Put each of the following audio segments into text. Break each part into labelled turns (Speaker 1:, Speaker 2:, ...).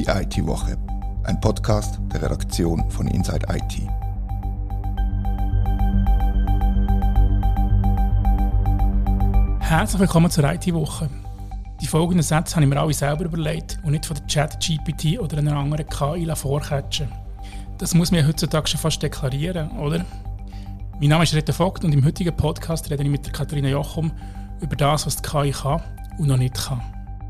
Speaker 1: Die IT-Woche, ein Podcast der Redaktion von Inside IT.
Speaker 2: Herzlich willkommen zur IT-Woche. Die folgenden Sätze habe ich mir alle selber überlegt und nicht von der ChatGPT oder einer anderen KI vorcatchen. Das muss man ja heutzutage schon fast deklarieren, oder? Mein Name ist Reto Vogt und im heutigen Podcast rede ich mit der Katharina Jochum über das, was die KI kann und noch nicht kann.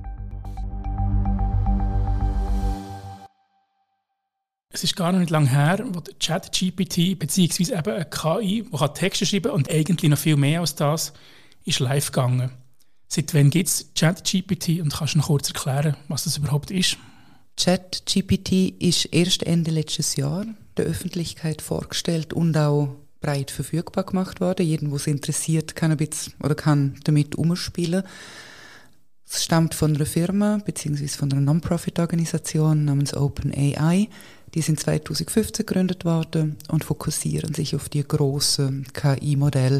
Speaker 2: Es ist gar noch nicht lange her, wo die ChatGPT bzw. eben eine KI, die Texte schreiben kann und eigentlich noch viel mehr als das, ist live gegangen. Seit wann gibt es ChatGPT und kannst du noch kurz erklären, was das überhaupt ist?
Speaker 3: ChatGPT ist erst Ende letztes Jahr der Öffentlichkeit vorgestellt und auch breit verfügbar gemacht worden. Jeden, der es interessiert, kann ein bisschen oder kann damit umspielen. Es stammt von einer Firma bzw. von einer Non-Profit-Organisation namens OpenAI. Die sind 2015 gegründet worden und fokussieren sich auf die grossen KI-Modelle.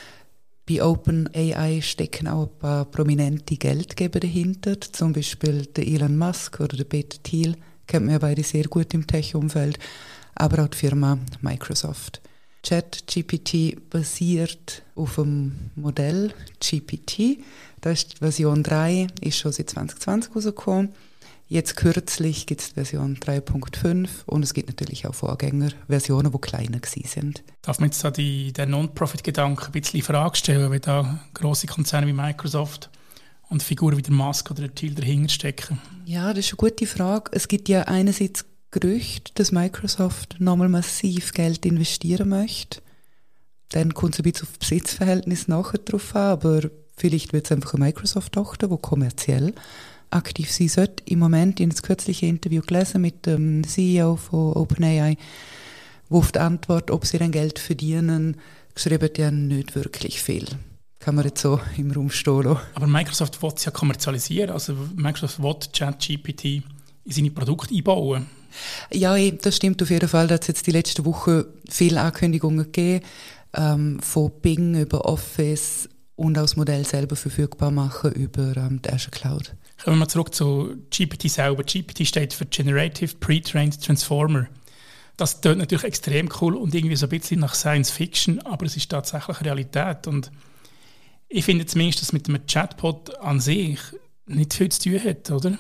Speaker 3: Bei OpenAI stecken auch ein paar prominente Geldgeber dahinter, zum Beispiel der Elon Musk oder der Peter Thiel, kennt man ja beide sehr gut im Tech-Umfeld, aber auch die Firma Microsoft. ChatGPT basiert auf dem Modell GPT, das ist die Version 3, ist schon seit 2020 rausgekommen. Jetzt kürzlich gibt es die Version 3.5 und es gibt natürlich auch Vorgängerversionen, die kleiner sind.
Speaker 2: Darf man jetzt da den Non-Profit-Gedanken ein bisschen in Frage stellen, wenn da grosse Konzerne wie Microsoft und Figuren wie der Musk oder der Thiel dahinter stecken?
Speaker 3: Ja, das ist eine gute Frage. Es gibt ja einerseits Gerüchte, dass Microsoft nochmal massiv Geld investieren möchte. Dann kommt es ein bisschen auf das Besitzverhältnis nachher drauf an, aber vielleicht wird es einfach eine Microsoft-Tochter, die kommerziell aktiv sein sollte. Im Moment, ich habe das kürzliche Interview gelesen mit dem CEO von OpenAI, wo auf die Antwort, ob sie dann Geld verdienen, geschrieben, ja nicht wirklich viel. Kann man jetzt so im Raum stehen lassen.
Speaker 2: Aber Microsoft will es ja kommerzialisieren. Also Microsoft will ChatGPT in seine Produkte einbauen.
Speaker 3: Ja, das stimmt auf jeden Fall. Da hat es jetzt die letzten Wochen viele Ankündigungen gegeben, von Bing über Office und auch das Modell selber verfügbar machen über die Azure Cloud.
Speaker 2: Kommen wir mal zurück zu GPT selber. GPT steht für Generative Pre-Trained Transformer. Das klingt natürlich extrem cool und irgendwie so ein bisschen nach Science Fiction, aber es ist tatsächlich Realität. Und ich finde zumindest, dass mit einem Chatbot an sich nicht viel zu tun hat, oder?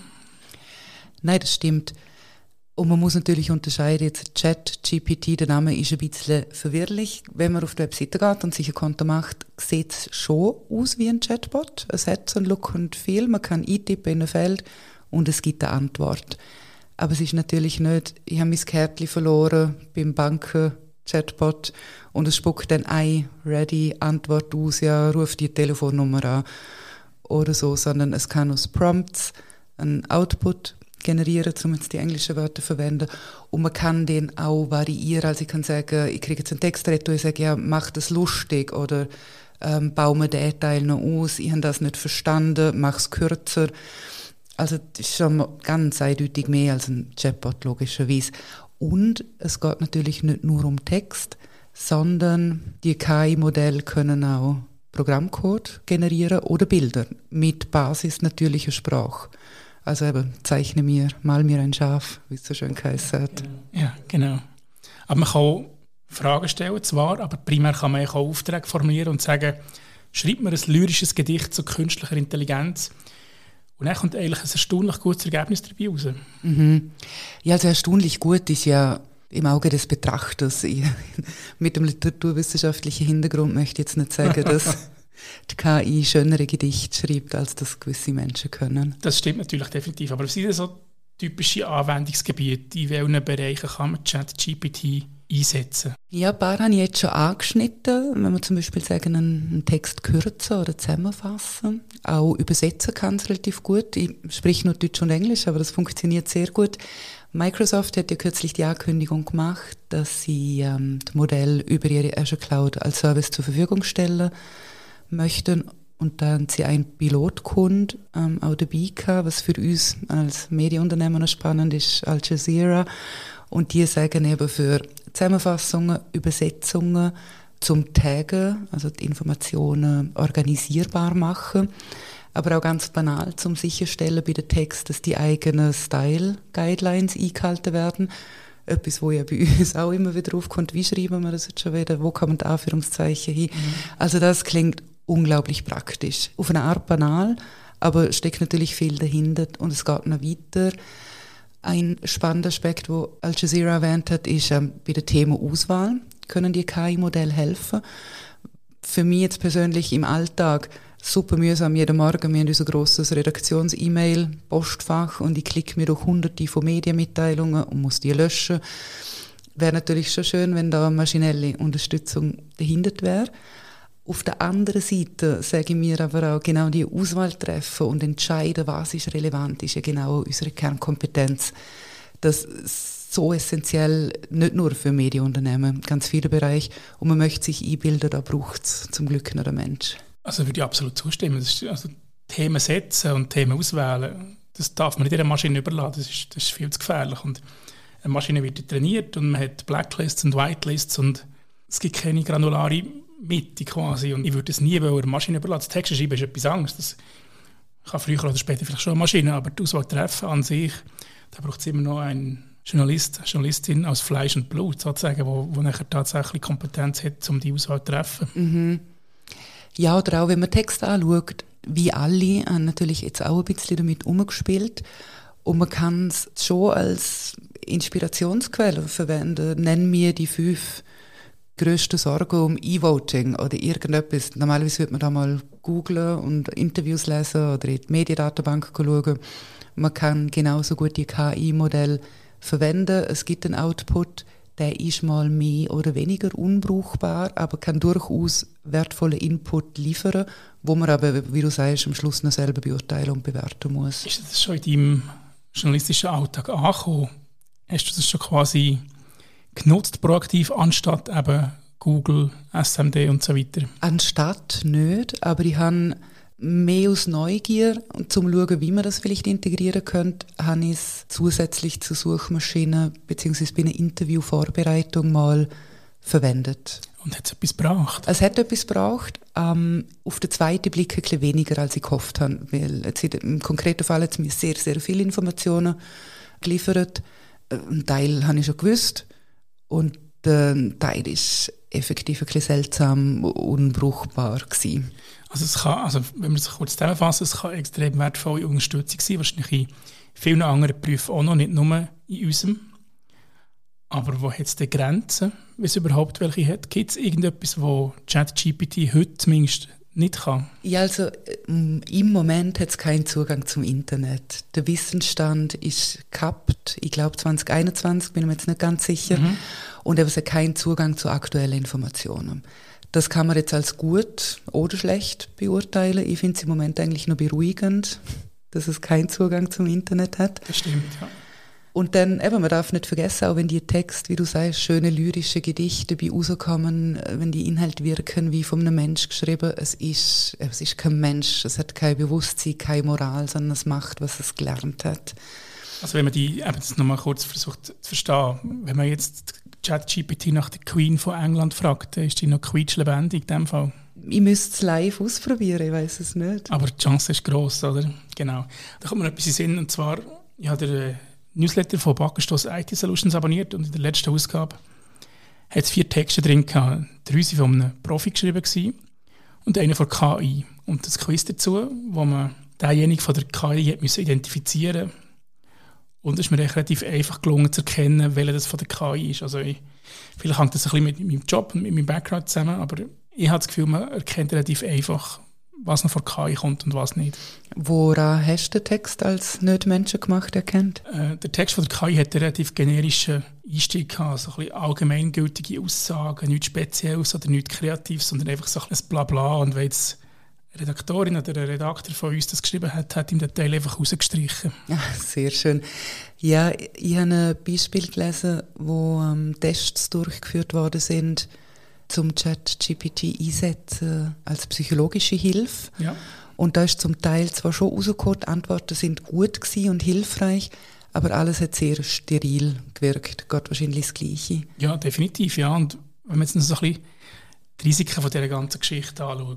Speaker 3: Nein, das stimmt. Und man muss natürlich unterscheiden, jetzt ChatGPT, der Name ist ein bisschen verwirrlich. Wenn man auf die Webseite geht und sich ein Konto macht, sieht es schon aus wie ein Chatbot. Es hat so einen Look und Feel, man kann eintippen in ein Feld und es gibt eine Antwort. Aber es ist natürlich nicht, ich habe mein Kärtchen verloren beim Banken-Chatbot und es spuckt dann eine Ready-Antwort aus, ja, ruf die Telefonnummer an oder so, sondern es kann aus Prompts einen Output generieren, um jetzt die englischen Wörter zu verwenden. Und man kann den auch variieren. Also ich kann sagen, ich kriege jetzt einen Text, und ich sage, ja, mach das lustig oder baue mir den Teil noch aus, ich habe das nicht verstanden, mach es kürzer. Also das ist schon ganz eindeutig mehr als ein Chatbot, logischerweise. Und es geht natürlich nicht nur um Text, sondern die KI-Modelle können auch Programmcode generieren oder Bilder mit Basis natürlicher Sprache. Also eben, zeichne mir, mal mir ein Schaf, wie es so schön geheißen hat.
Speaker 2: Ja, genau. Aber man kann auch Fragen stellen, zwar, aber primär kann man auch Aufträge formulieren und sagen, schreib mir ein lyrisches Gedicht zu künstlicher Intelligenz. Und dann kommt eigentlich ein erstaunlich gutes Ergebnis dabei raus.
Speaker 3: Mhm. Ja, also erstaunlich gut ist ja im Auge des Betrachters. Mit dem literaturwissenschaftlichen Hintergrund möchte ich jetzt nicht sagen, dass die KI schönere Gedichte schreibt, als das gewisse Menschen können.
Speaker 2: Das stimmt natürlich definitiv. Aber was sind so typische Anwendungsgebiete? In welchen Bereichen kann man ChatGPT einsetzen?
Speaker 3: Ja, ein paar habe ich jetzt schon angeschnitten. Wenn wir zum Beispiel sagen, einen Text kürzen oder zusammenfassen. Auch übersetzen kann es relativ gut. Ich spreche nur Deutsch und Englisch, aber das funktioniert sehr gut. Microsoft hat ja kürzlich die Ankündigung gemacht, dass sie das Modell über ihre Azure Cloud als Service zur Verfügung stellen möchten. Und dann haben sie einen Pilotkund auch dabei gehabt, was für uns als Medienunternehmen noch spannend ist, Al Jazeera. Und die sagen eben für Zusammenfassungen, Übersetzungen zum Taggen, also die Informationen organisierbar machen, aber auch ganz banal zum Sicherstellen bei den Texten, dass die eigenen Style-Guidelines eingehalten werden. Etwas, wo ja bei uns auch immer wieder aufkommt, wie schreiben wir das jetzt schon wieder, wo kommen die Anführungszeichen hin. Also das klingt unglaublich praktisch. Auf eine Art banal, aber steckt natürlich viel dahinter und es geht noch weiter. Ein spannender Aspekt, den Al Jazeera erwähnt hat, ist bei der Thema-Auswahl. Können die KI-Modelle helfen? Für mich jetzt persönlich im Alltag super mühsam jeden Morgen. Wir haben unser grosses Redaktions-E-Mail-Postfach und ich klicke mir durch hunderte von Medienmitteilungen und muss die löschen. Wäre natürlich schon schön, wenn da maschinelle Unterstützung dahinter wäre. Auf der anderen Seite sage ich mir aber auch, genau die Auswahl treffen und entscheiden, was ist relevant, ist ja genau unsere Kernkompetenz. Das ist so essentiell, nicht nur für Medienunternehmen, ganz viele Bereiche. Und man möchte sich einbilden, da braucht es zum Glück noch der Mensch.
Speaker 2: Also würde ich absolut zustimmen. Das ist, also Themen setzen und Themen auswählen, das darf man nicht in einer Maschine überlassen. Das ist viel zu gefährlich. Und eine Maschine wird trainiert und man hat Blacklists und Whitelists und es gibt keine granulare Mitte quasi. Und ich würde es nie einer Maschine überlassen. Texte schreiben ist etwas anderes. Das kann früher oder später vielleicht schon eine Maschine, aber die Auswahl treffen an sich, da braucht es immer noch einen Journalistin aus Fleisch und Blut, sozusagen, wo nachher tatsächlich Kompetenz hat, um die Auswahl zu treffen.
Speaker 3: Mhm. Ja, oder auch wenn man Texte anschaut, wie alle, haben natürlich jetzt auch ein bisschen damit umgespielt. Und man kann es schon als Inspirationsquelle verwenden. Nennen wir die 5 grössten Sorgen um E-Voting oder irgendetwas. Normalerweise würde man da mal googlen und Interviews lesen oder in die Mediendatenbank schauen. Man kann genauso gut die KI-Modelle verwenden. Es gibt einen Output, der ist mal mehr oder weniger unbrauchbar, aber kann durchaus wertvollen Input liefern, wo man aber, wie du sagst, am Schluss noch selber beurteilen und bewerten muss.
Speaker 2: Ist das schon in deinem journalistischen Alltag angekommen? Hast du das schon quasi genutzt, proaktiv, anstatt eben Google, SMD und so weiter?
Speaker 3: Anstatt nicht, aber ich habe mehr aus Neugier und zum schauen, wie man das vielleicht integrieren könnte, habe ich es zusätzlich zur Suchmaschine bzw. bei einer Interviewvorbereitung mal verwendet.
Speaker 2: Und hat es etwas gebracht?
Speaker 3: Es hat etwas gebracht. Auf den zweiten Blick ein bisschen weniger, als ich gehofft habe. Weil jetzt im konkreten Fall hat es mir sehr, sehr viele Informationen geliefert. Ein Teil habe ich schon gewusst. Und ein Teil war effektiv ein bisschen seltsam, unbrauchbar gewesen.
Speaker 2: Also wenn wir es kurz zusammenfassen, es kann extrem wertvolle Unterstützung sein, wahrscheinlich in vielen anderen Berufen auch noch, nicht nur in unserem. Aber wo hat es denn Grenzen, wenn es überhaupt welche hat? Gibt es irgendetwas, wo ChatGPT heute zumindest nicht kann?
Speaker 3: Ja, also im Moment hat es keinen Zugang zum Internet. Der Wissensstand ist gekappt, ich glaube 2021, bin ich mir jetzt nicht ganz sicher. Und es hat keinen Zugang zu aktuellen Informationen. Das kann man jetzt als gut oder schlecht beurteilen. Ich finde es im Moment eigentlich nur beruhigend, dass es keinen Zugang zum Internet hat.
Speaker 2: Das stimmt, ja.
Speaker 3: Und dann, eben, man darf nicht vergessen, auch wenn die Texte, wie du sagst, schöne lyrische Gedichte bei rauskommen, wenn die Inhalte wirken wie von einem Mensch geschrieben, es ist kein Mensch, es hat kein Bewusstsein, keine Moral, sondern es macht, was es gelernt hat.
Speaker 2: Also wenn man die eben noch mal kurz versucht zu verstehen, wenn man jetzt ChatGPT nach der Queen von England fragt, dann ist die noch quietschlebendig in dem Fall.
Speaker 3: Ich müsste es live ausprobieren, ich weiss es nicht.
Speaker 2: Aber die Chance ist gross, oder? Genau. Da kommt mir etwas in den Sinn, und zwar, ich habe den Newsletter von Backenstoss IT Solutions abonniert und in der letzten Ausgabe hat es 4 Texte drin gehabt. 3 waren von einem Profi geschrieben gewesen und einer von KI. Und das Quiz dazu, wo man denjenigen von der KI hat müssen identifizieren. Und es ist mir relativ einfach gelungen zu erkennen, welcher das von der KI ist. Also vielleicht hängt das ein bisschen mit meinem Job und mit meinem Background zusammen, aber ich habe das Gefühl, man erkennt relativ einfach, was noch von KI kommt und was nicht.
Speaker 3: Woran hast du den Text als nicht menschengemacht erkannt?
Speaker 2: Der Text von der KI hat einen relativ generischen Einstieg gehabt, also ein bisschen allgemeingültige Aussagen, nichts Spezielles oder nichts Kreatives, sondern einfach so ein Blabla. Und wenn jetzt eine Redaktorin oder ein Redakteur von uns das geschrieben hat, hat ihm den Teil einfach rausgestrichen.
Speaker 3: Ja, sehr schön. Ja, ich habe ein Beispiel gelesen, wo Tests durchgeführt worden sind, zum ChatGPT einsetzen als psychologische Hilfe.
Speaker 2: Ja.
Speaker 3: Und da ist zum Teil zwar schon rausgekommen, die Antworten sind gut gewesen und hilfreich, aber alles hat sehr steril gewirkt. Geht wahrscheinlich das Gleiche.
Speaker 2: Ja, definitiv, ja. Und wenn man jetzt noch so ein bisschen die Risiken von dieser ganzen Geschichte anschaut,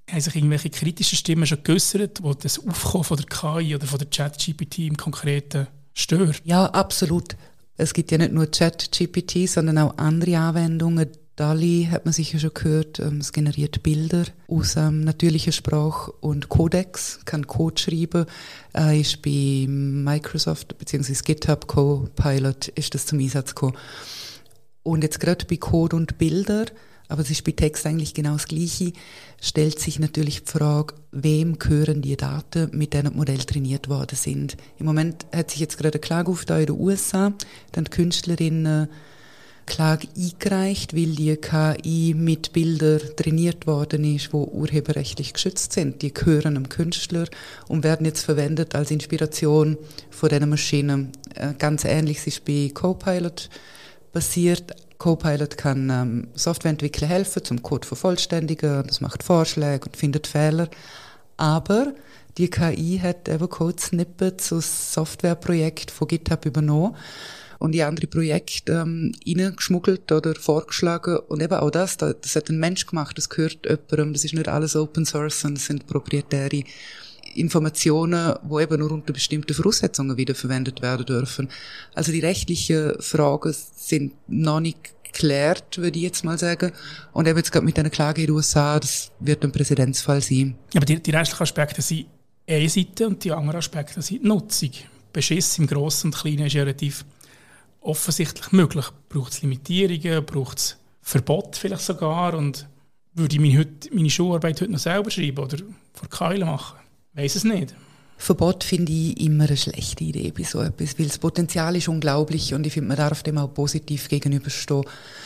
Speaker 2: Haben sich irgendwelche kritischen Stimmen schon geäussert, die das Aufkommen von der KI oder von der ChatGPT im Konkreten stört?
Speaker 3: Ja, absolut. Es gibt ja nicht nur ChatGPT, sondern auch andere Anwendungen. DALL-E hat man sicher schon gehört, es generiert Bilder aus natürlicher Sprache und Codex, kann Code schreiben, ist bei Microsoft bzw. GitHub Copilot ist das zum Einsatz gekommen. Und jetzt gerade bei Code und Bilder, aber es ist bei Text eigentlich genau das Gleiche, stellt sich natürlich die Frage, wem gehören die Daten, mit denen das Modell trainiert worden sind. Im Moment hat sich jetzt gerade eine Klage aufgetan in den USA, dann die Künstlerinnen Klage eingereicht, weil die KI mit Bildern trainiert worden ist, die urheberrechtlich geschützt sind. Die gehören dem Künstler und werden jetzt verwendet als Inspiration von diesen Maschinen. Ganz Ähnliches ist bei Copilot passiert. Copilot kann Softwareentwicklern helfen, zum Code vervollständigen, das macht Vorschläge und findet Fehler. Aber die KI hat eben Code-Snippets aus Softwareprojekten von GitHub übernommen und die andere Projekte reingeschmuggelt oder vorgeschlagen. Und eben auch das hat ein Mensch gemacht, das gehört jemandem, das ist nicht alles Open Source, sondern es sind proprietäre Informationen, die eben nur unter bestimmten Voraussetzungen wiederverwendet werden dürfen. Also die rechtlichen Fragen sind noch nicht geklärt, würde ich jetzt mal sagen. Und eben jetzt gerade mit einer Klage in den USA, das wird ein Präzedenzfall sein.
Speaker 2: Aber die rechtlichen Aspekte sind eine Seite und die anderen Aspekte sind die Nutzung. Beschiss im Grossen und Kleinen ist ja relativ offensichtlich möglich. Braucht es Limitierungen, braucht es Verbot vielleicht sogar und würde ich meine Schularbeit heute noch selber schreiben oder vor KI machen? Ich weiss es nicht.
Speaker 3: Verbot finde ich immer eine schlechte Idee bei so etwas, weil das Potenzial ist unglaublich und ich finde, man darf dem auch positiv gegenüberstehen.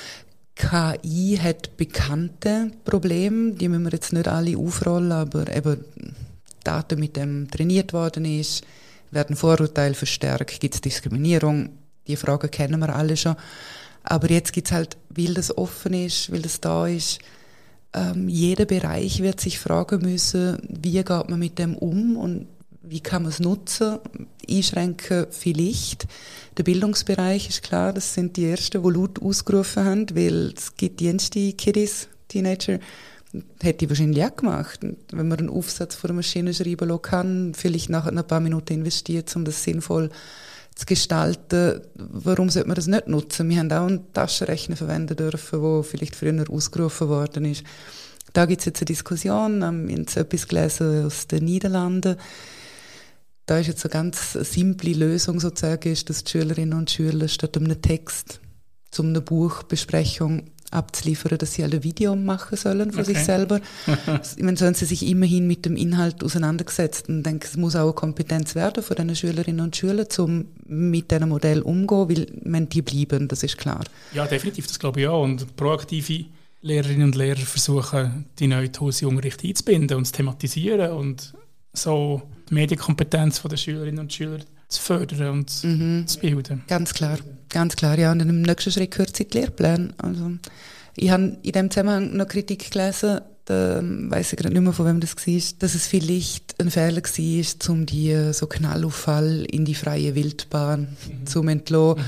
Speaker 3: KI hat bekannte Probleme, die müssen wir jetzt nicht alle aufrollen, aber eben Daten, mit dem trainiert worden ist, werden Vorurteile verstärkt, gibt es Diskriminierung, die Fragen kennen wir alle schon. Aber jetzt gibt es halt, weil das offen ist, weil das da ist, jeder Bereich wird sich fragen müssen, wie geht man mit dem um und wie kann man es nutzen, einschränken vielleicht. Der Bildungsbereich ist klar, das sind die Ersten, die laut ausgerufen haben, weil es gibt jüngste Kiddies, Teenager, hätte ich wahrscheinlich auch gemacht. Und wenn man einen Aufsatz vor der Maschine schreiben lassen kann, vielleicht nach ein paar Minuten investiert, um das sinnvoll zu gestalten, warum sollte man das nicht nutzen? Wir haben auch einen Taschenrechner verwenden dürfen, der vielleicht früher ausgerufen worden ist. Da gibt es jetzt eine Diskussion, wir haben jetzt etwas gelesen aus den Niederlanden. Da ist jetzt eine ganz simple Lösung sozusagen, ist, dass die Schülerinnen und Schüler statt einem Text zu einer Buchbesprechung abzuliefern, dass sie ein Video machen sollen von sich selber. Ich meine, sollen sie sich immerhin mit dem Inhalt auseinandergesetzt und denke, es muss auch eine Kompetenz werden von den Schülerinnen und Schülern, um mit diesem Modell umzugehen, weil die bleiben, das ist klar.
Speaker 2: Ja, definitiv, das glaube ich auch. Und proaktive Lehrerinnen und Lehrer versuchen, die neue Tools in den Unterricht einzubinden und zu thematisieren und so die Medienkompetenz der Schülerinnen und Schüler zu fördern und zu bilden.
Speaker 3: Ganz klar, ja. Und im nächsten Schritt gehört es in die Lehrpläne. Also, ich habe in diesem Zusammenhang noch Kritik gelesen, da weiss ich gerade nicht mehr, von wem das war, dass es vielleicht ein Fehler war, um die so Knallauffall in die freie Wildbahn zu entlassen.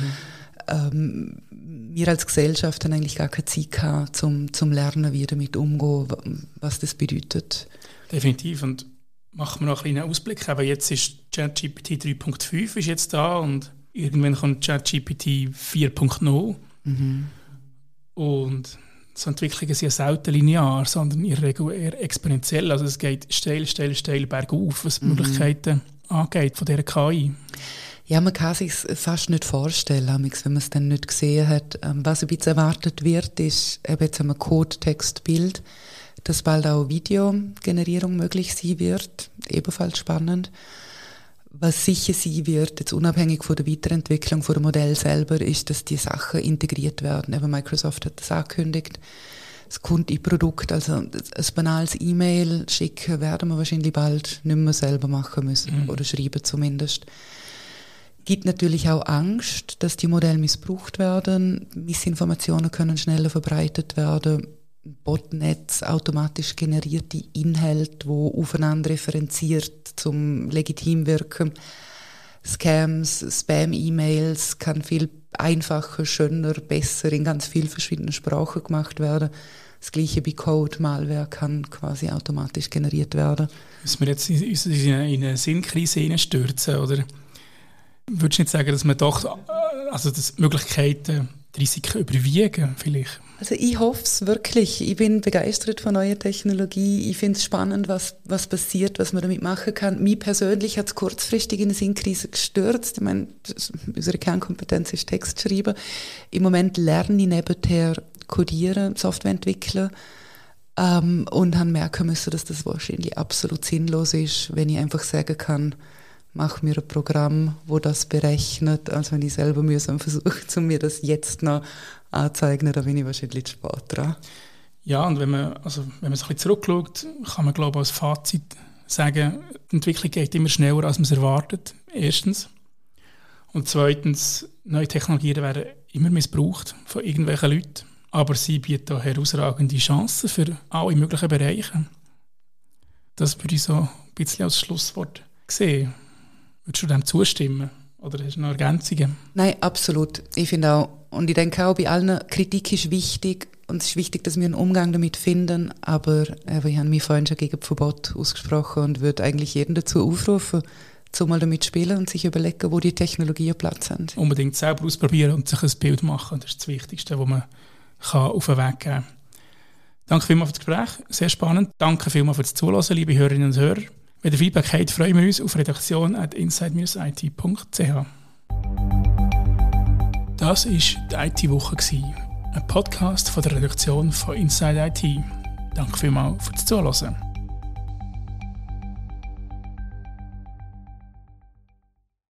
Speaker 3: Wir als Gesellschaft haben eigentlich gar keine Zeit gehabt, zum Lernen, wie damit umgehen, was das bedeutet.
Speaker 2: Definitiv. Und machen wir noch einen kleinen Ausblick. Aber jetzt ist ChatGPT 3.5 ist jetzt da und irgendwann kommt ChatGPT 4.0. Und so Entwicklungen sind ja selten linear, sondern in der Regel eher exponentiell. Also es geht steil bergauf, was die Möglichkeiten angeht von dieser KI.
Speaker 3: Ja, man kann sich fast nicht vorstellen, wenn man es dann nicht gesehen hat. Was ein bisschen erwartet wird, ist, jetzt haben wir Code, Text, Bild, dass bald auch Videogenerierung möglich sein wird. Ebenfalls spannend. Was sicher sein wird, jetzt unabhängig von der Weiterentwicklung von dem Modell selber, ist, dass die Sachen integriert werden. Eben Microsoft hat das angekündigt. Es kommt in Produkt, also ein banales E-Mail schicken werden wir wahrscheinlich bald nicht mehr selber machen müssen. Oder schreiben zumindest. Gibt natürlich auch Angst, dass die Modelle missbraucht werden. Missinformationen können schneller verbreitet werden. Botnets, automatisch generierte Inhalte, die aufeinander referenziert, zum legitim wirken. Scams, Spam-E-Mails kann viel einfacher, schöner, besser in ganz vielen verschiedenen Sprachen gemacht werden. Das Gleiche bei Code, Malware kann quasi automatisch generiert werden.
Speaker 2: Müssen wir jetzt in eine Sinnkrise hineinstürzen, oder würdest du nicht sagen, dass man doch, also dass Möglichkeiten, die Risiken überwiegen vielleicht?
Speaker 3: Also ich hoffe es wirklich. Ich bin begeistert von neuer Technologie. Ich finde es spannend, was passiert, was man damit machen kann. Mich persönlich hat es kurzfristig in eine Sinnkrise gestürzt. Ich meine, unsere Kernkompetenz ist Text schreiben. Im Moment lerne ich nebenher codieren, Software entwickeln und habe merken müssen, dass das wahrscheinlich absolut sinnlos ist, wenn ich einfach sagen kann, mach mir ein Programm, wo das berechnet, als wenn ich selber mühsam versuche, mir das jetzt noch anzeigen, da bin ich wahrscheinlich zu spät dran. Ja, und wenn man so ein bisschen zurückschaut, kann man, glaube ich, als Fazit sagen, die Entwicklung geht immer schneller, als man es erwartet, erstens. Und zweitens, neue Technologien werden immer missbraucht von irgendwelchen Leuten, aber sie bieten auch herausragende Chancen für alle möglichen Bereiche. Das würde ich so ein bisschen als Schlusswort sehen. Würdest du dem zustimmen? Oder hast du noch Ergänzungen? Nein, absolut. Ich finde auch, und ich denke auch, bei allen Kritik ist wichtig, und es ist wichtig, dass wir einen Umgang damit finden, aber ich habe mich vorhin schon gegen das Verbot ausgesprochen und würde eigentlich jeden dazu aufrufen, mal damit spielen und sich überlegen, wo die Technologien Platz haben. Unbedingt selber ausprobieren und sich ein Bild machen, das ist das Wichtigste, was man auf den Weg geben kann. Danke vielmals für das Gespräch, sehr spannend. Danke vielmals für das Zuhören, liebe Hörerinnen und Hörer. Wenn ihr Feedback habt, freuen wir uns auf redaktion@inside-it.ch. Das war die IT-Woche, ein Podcast von der Redaktion von Inside IT. Danke vielmals für das Zuhören.